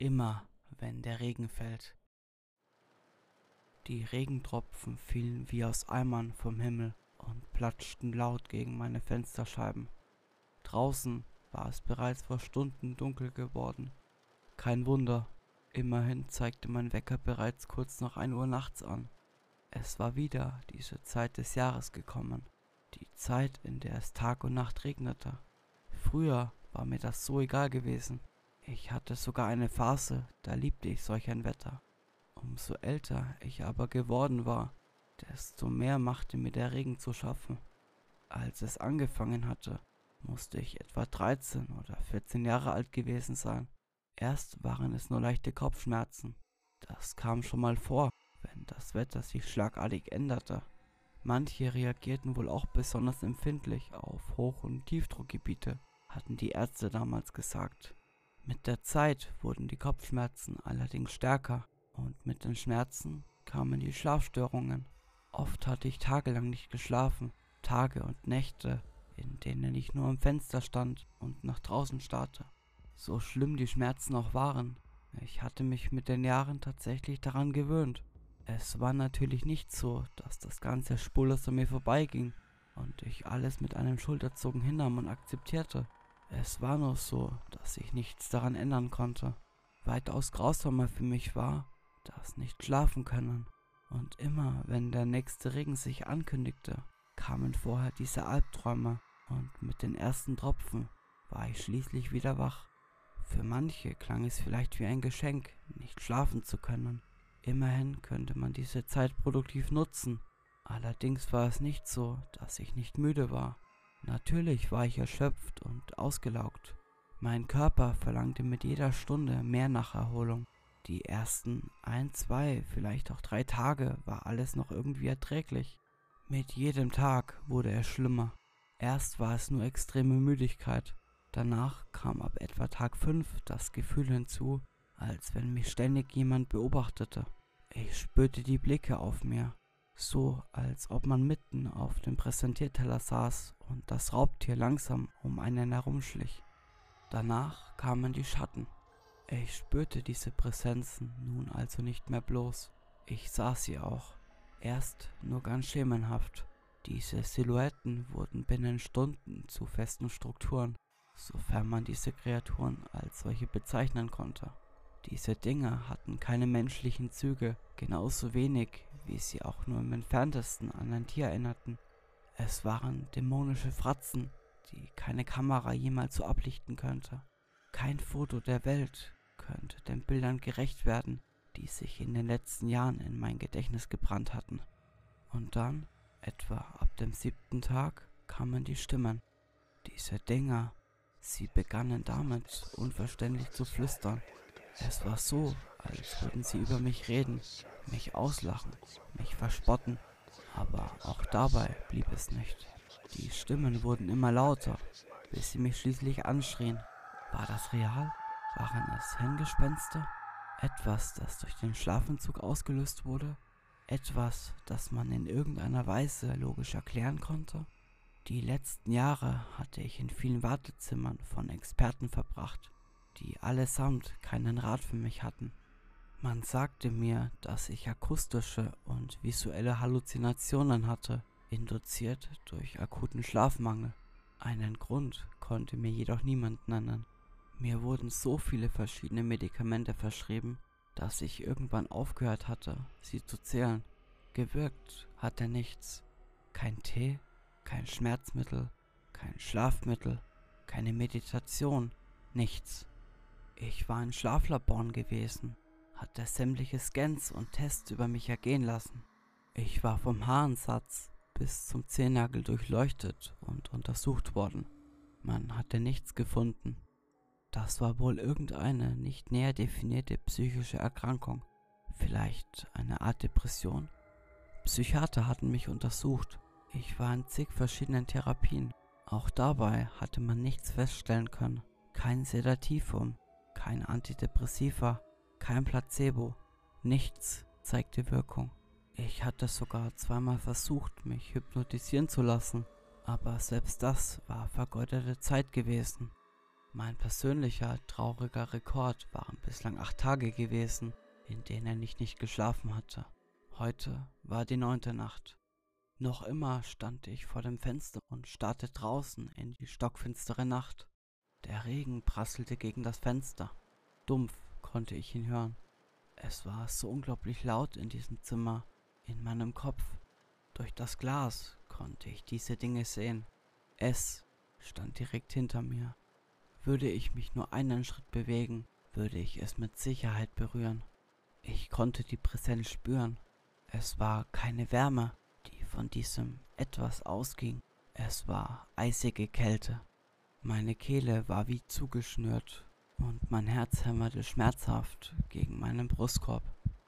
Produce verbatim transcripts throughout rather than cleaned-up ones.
Immer, wenn der Regen fällt. Die Regentropfen fielen wie aus Eimern vom Himmel und platschten laut gegen meine Fensterscheiben. Draußen war es bereits vor Stunden dunkel geworden. Kein Wunder, immerhin zeigte mein Wecker bereits kurz nach ein Uhr nachts an. Es war wieder diese Zeit des Jahres gekommen, die Zeit, in der es Tag und Nacht regnete. Früher war mir das so egal gewesen. Ich hatte sogar eine Phase, da liebte ich solch ein Wetter. Umso älter ich aber geworden war, desto mehr machte mir der Regen zu schaffen. Als es angefangen hatte, musste ich etwa dreizehn oder vierzehn Jahre alt gewesen sein. Erst waren es nur leichte Kopfschmerzen. Das kam schon mal vor, wenn das Wetter sich schlagartig änderte. Manche reagierten wohl auch besonders empfindlich auf Hoch- und Tiefdruckgebiete, hatten die Ärzte damals gesagt. Mit der Zeit wurden die Kopfschmerzen allerdings stärker und mit den Schmerzen kamen die Schlafstörungen. Oft hatte ich tagelang nicht geschlafen, Tage und Nächte, in denen ich nur am Fenster stand und nach draußen starrte. So schlimm die Schmerzen auch waren, ich hatte mich mit den Jahren tatsächlich daran gewöhnt. Es war natürlich nicht so, dass das Ganze spurlos an mir vorbeiging und ich alles mit einem Schulterzucken hinnahm und akzeptierte. Es war nur so, dass ich nichts daran ändern konnte. Weitaus grausamer für mich war, das nicht schlafen können. Und immer, wenn der nächste Regen sich ankündigte, kamen vorher diese Albträume und mit den ersten Tropfen war ich schließlich wieder wach. Für manche klang es vielleicht wie ein Geschenk, nicht schlafen zu können. Immerhin könnte man diese Zeit produktiv nutzen. Allerdings war es nicht so, dass ich nicht müde war. Natürlich war ich erschöpft und ausgelaugt. Mein Körper verlangte mit jeder Stunde mehr nach Erholung. Die ersten ein, zwei, vielleicht auch drei Tage war alles noch irgendwie erträglich. Mit jedem Tag wurde es schlimmer. Erst war es nur extreme Müdigkeit. Danach kam ab etwa Tag fünf das Gefühl hinzu, als wenn mich ständig jemand beobachtete. Ich spürte die Blicke auf mir, so als ob man mitten auf dem Präsentierteller saß und das Raubtier langsam um einen herumschlich. Danach kamen die Schatten. Ich spürte diese Präsenzen nun also nicht mehr bloß. Ich sah sie auch. Erst nur ganz schemenhaft. Diese Silhouetten wurden binnen Stunden zu festen Strukturen, sofern man diese Kreaturen als solche bezeichnen konnte. Diese Dinger hatten keine menschlichen Züge, genauso wenig, wie sie auch nur im entferntesten an ein Tier erinnerten. Es waren dämonische Fratzen, die keine Kamera jemals so ablichten könnte. Kein Foto der Welt könnte den Bildern gerecht werden, die sich in den letzten Jahren in mein Gedächtnis gebrannt hatten. Und dann, etwa ab dem siebten Tag, kamen die Stimmen. Diese Dinger, sie begannen damit unverständlich zu flüstern. Es war so, als würden sie über mich reden, mich auslachen, mich verspotten, aber auch dabei blieb es nicht. Die Stimmen wurden immer lauter, bis sie mich schließlich anschrien. War das real? Waren es Hirngespenster? Etwas, das durch den Schlafentzug ausgelöst wurde? Etwas, das man in irgendeiner Weise logisch erklären konnte? Die letzten Jahre hatte ich in vielen Wartezimmern von Experten verbracht, die allesamt keinen Rat für mich hatten. Man sagte mir, dass ich akustische und visuelle Halluzinationen hatte, induziert durch akuten Schlafmangel. Einen Grund konnte mir jedoch niemand nennen. Mir wurden so viele verschiedene Medikamente verschrieben, dass ich irgendwann aufgehört hatte, sie zu zählen. Gewirkt hatte nichts. Kein Tee, kein Schmerzmittel, kein Schlafmittel, keine Meditation, nichts. Ich war in Schlaflaboren gewesen, hatte sämtliche Scans und Tests über mich ergehen lassen. Ich war vom Haaransatz bis zum Zehennagel durchleuchtet und untersucht worden. Man hatte nichts gefunden. Das war wohl irgendeine nicht näher definierte psychische Erkrankung, vielleicht eine Art Depression. Psychiater hatten mich untersucht. Ich war in zig verschiedenen Therapien. Auch dabei hatte man nichts feststellen können. Kein Sedativum, kein Antidepressiva, kein Placebo. Nichts zeigte Wirkung. Ich hatte sogar zweimal versucht, mich hypnotisieren zu lassen, aber selbst das war vergeudete Zeit gewesen. Mein persönlicher trauriger Rekord waren bislang acht Tage gewesen, in denen ich nicht geschlafen hatte. Heute war die neunte Nacht. Noch immer stand ich vor dem Fenster und starrte draußen in die stockfinstere Nacht. Der Regen prasselte gegen das Fenster. Dumpf konnte ich ihn hören. Es war so unglaublich laut in diesem Zimmer, in meinem Kopf. Durch das Glas konnte ich diese Dinge sehen. Es stand direkt hinter mir. Würde ich mich nur einen Schritt bewegen, würde ich es mit Sicherheit berühren. Ich konnte die Präsenz spüren. Es war keine Wärme, die von diesem Etwas ausging. Es war eisige Kälte. Meine Kehle war wie zugeschnürt und mein Herz hämmerte schmerzhaft gegen meinen Brustkorb.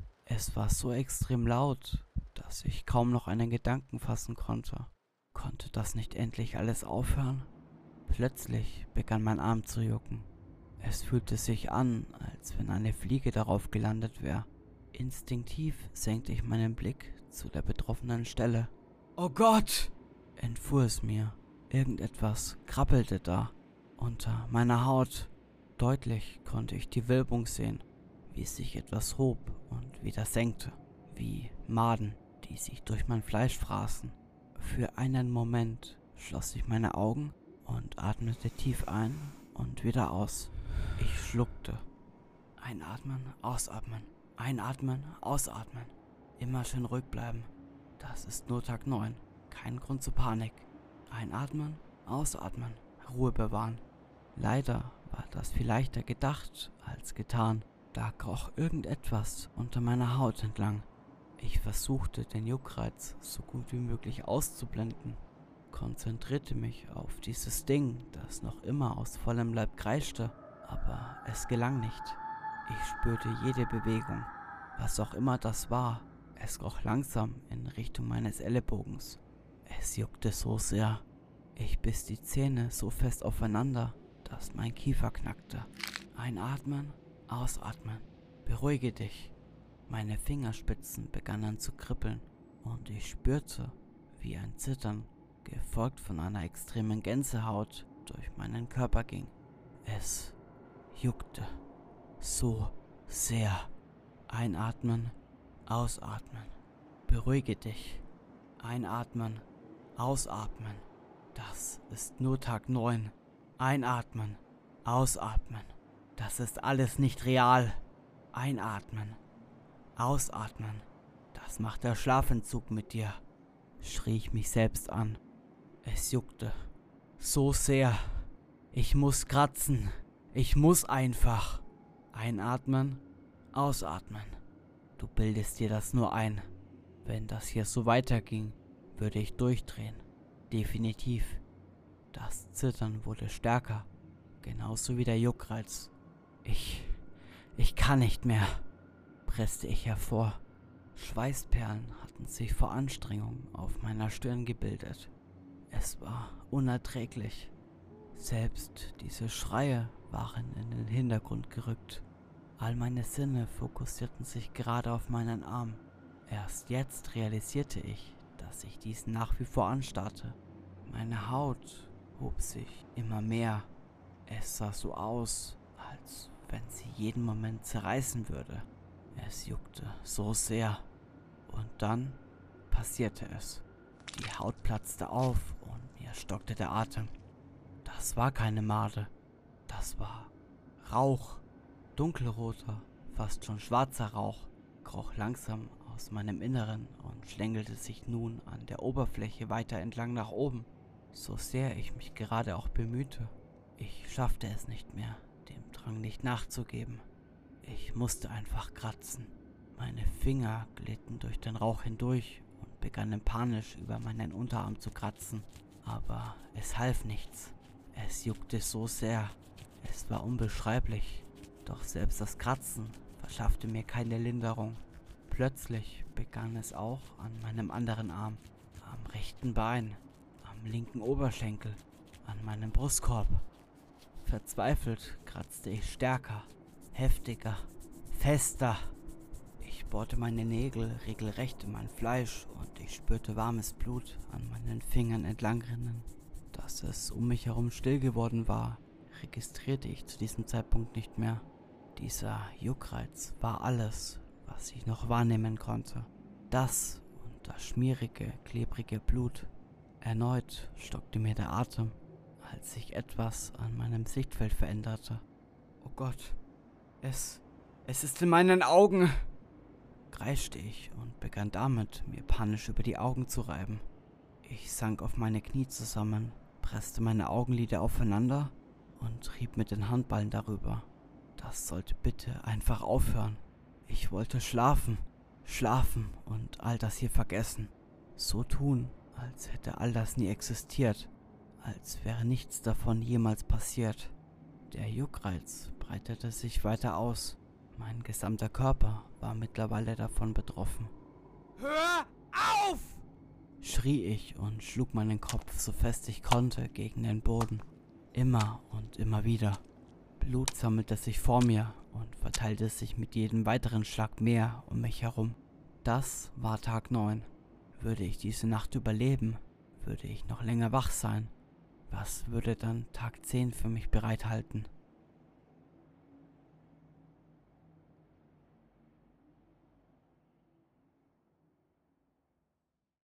Es war so extrem laut, dass ich kaum noch einen Gedanken fassen konnte. Konnte das nicht endlich alles aufhören? Plötzlich begann mein Arm zu jucken. Es fühlte sich an, als wenn eine Fliege darauf gelandet wäre. Instinktiv senkte ich meinen Blick zu der betroffenen Stelle. »Oh Gott!« entfuhr es mir. Irgendetwas krabbelte da, unter meiner Haut. Deutlich konnte ich die Wölbung sehen, wie sich etwas hob und wieder senkte, wie Maden, die sich durch mein Fleisch fraßen. Für einen Moment schloss ich meine Augen und atmete tief ein und wieder aus. Ich schluckte. Einatmen, ausatmen, einatmen, ausatmen. Immer schön ruhig bleiben. Das ist nur Tag neun. Kein Grund zur Panik. Einatmen, ausatmen, Ruhe bewahren. Leider war das viel leichter gedacht als getan. Da kroch irgendetwas unter meiner Haut entlang. Ich versuchte, den Juckreiz so gut wie möglich auszublenden, konzentrierte mich auf dieses Ding, das noch immer aus vollem Leib kreischte, aber es gelang nicht. Ich spürte jede Bewegung, was auch immer das war. Es kroch langsam in Richtung meines Ellenbogens. Es juckte so sehr. Ich biss die Zähne so fest aufeinander, dass mein Kiefer knackte. Einatmen, ausatmen. Beruhige dich. Meine Fingerspitzen begannen zu kribbeln und ich spürte, wie ein Zittern, gefolgt von einer extremen Gänsehaut, durch meinen Körper ging. Es juckte so sehr. Einatmen, ausatmen. Beruhige dich. Einatmen, ausatmen. Das ist nur Tag neun. Einatmen, ausatmen. Das ist alles nicht real. Einatmen, ausatmen. Das macht der Schlafentzug mit dir, schrie ich mich selbst an. Es juckte so sehr. Ich muss kratzen. Ich muss einfach. Einatmen, ausatmen. Du bildest dir das nur ein. Wenn das hier so weiterging, würde ich durchdrehen. Definitiv. Das Zittern wurde stärker, genauso wie der Juckreiz. Ich, ich kann nicht mehr, presste ich hervor. Schweißperlen hatten sich vor Anstrengung auf meiner Stirn gebildet. Es war unerträglich. Selbst diese Schreie waren in den Hintergrund gerückt. All meine Sinne fokussierten sich gerade auf meinen Arm. Erst jetzt realisierte ich, dass ich diesen nach wie vor anstarrte. Meine Haut hob sich immer mehr. Es sah so aus, als wenn sie jeden Moment zerreißen würde. Es juckte so sehr. Und dann passierte es. Die Haut platzte auf und mir stockte der Atem. Das war keine Made. Das war Rauch. Dunkelroter, fast schon schwarzer Rauch kroch langsam aus meinem Inneren und schlängelte sich nun an der Oberfläche weiter entlang nach oben. So sehr ich mich gerade auch bemühte, ich schaffte es nicht mehr, dem Drang nicht nachzugeben. Ich musste einfach kratzen. Meine Finger glitten durch den Rauch hindurch und begannen panisch über meinen Unterarm zu kratzen. Aber es half nichts. Es juckte so sehr. Es war unbeschreiblich. Doch selbst das Kratzen verschaffte mir keine Linderung. Plötzlich begann es auch an meinem anderen Arm, am rechten Bein, am linken Oberschenkel, an meinem Brustkorb. Verzweifelt kratzte ich stärker, heftiger, fester. Ich bohrte meine Nägel regelrecht in mein Fleisch und ich spürte warmes Blut an meinen Fingern entlang rinnen. Dass es um mich herum still geworden war, registrierte ich zu diesem Zeitpunkt nicht mehr. Dieser Juckreiz war alles, was ich noch wahrnehmen konnte. Das und das schmierige, klebrige Blut. Erneut stockte mir der Atem, als sich etwas an meinem Sichtfeld veränderte. Oh Gott, es, es ist in meinen Augen, kreischte ich und begann damit, mir panisch über die Augen zu reiben. Ich sank auf meine Knie zusammen, presste meine Augenlider aufeinander und rieb mit den Handballen darüber. Das sollte bitte einfach aufhören. Ich wollte schlafen, schlafen und all das hier vergessen. So tun, als hätte all das nie existiert, als wäre nichts davon jemals passiert. Der Juckreiz breitete sich weiter aus. Mein gesamter Körper war mittlerweile davon betroffen. Hör auf! Schrie ich und schlug meinen Kopf so fest ich konnte gegen den Boden. Immer und immer wieder. Blut sammelte sich vor mir und verteilte sich mit jedem weiteren Schlag mehr um mich herum. Das war Tag neun. Würde ich diese Nacht überleben, würde ich noch länger wach sein. Was würde dann Tag zehn für mich bereithalten?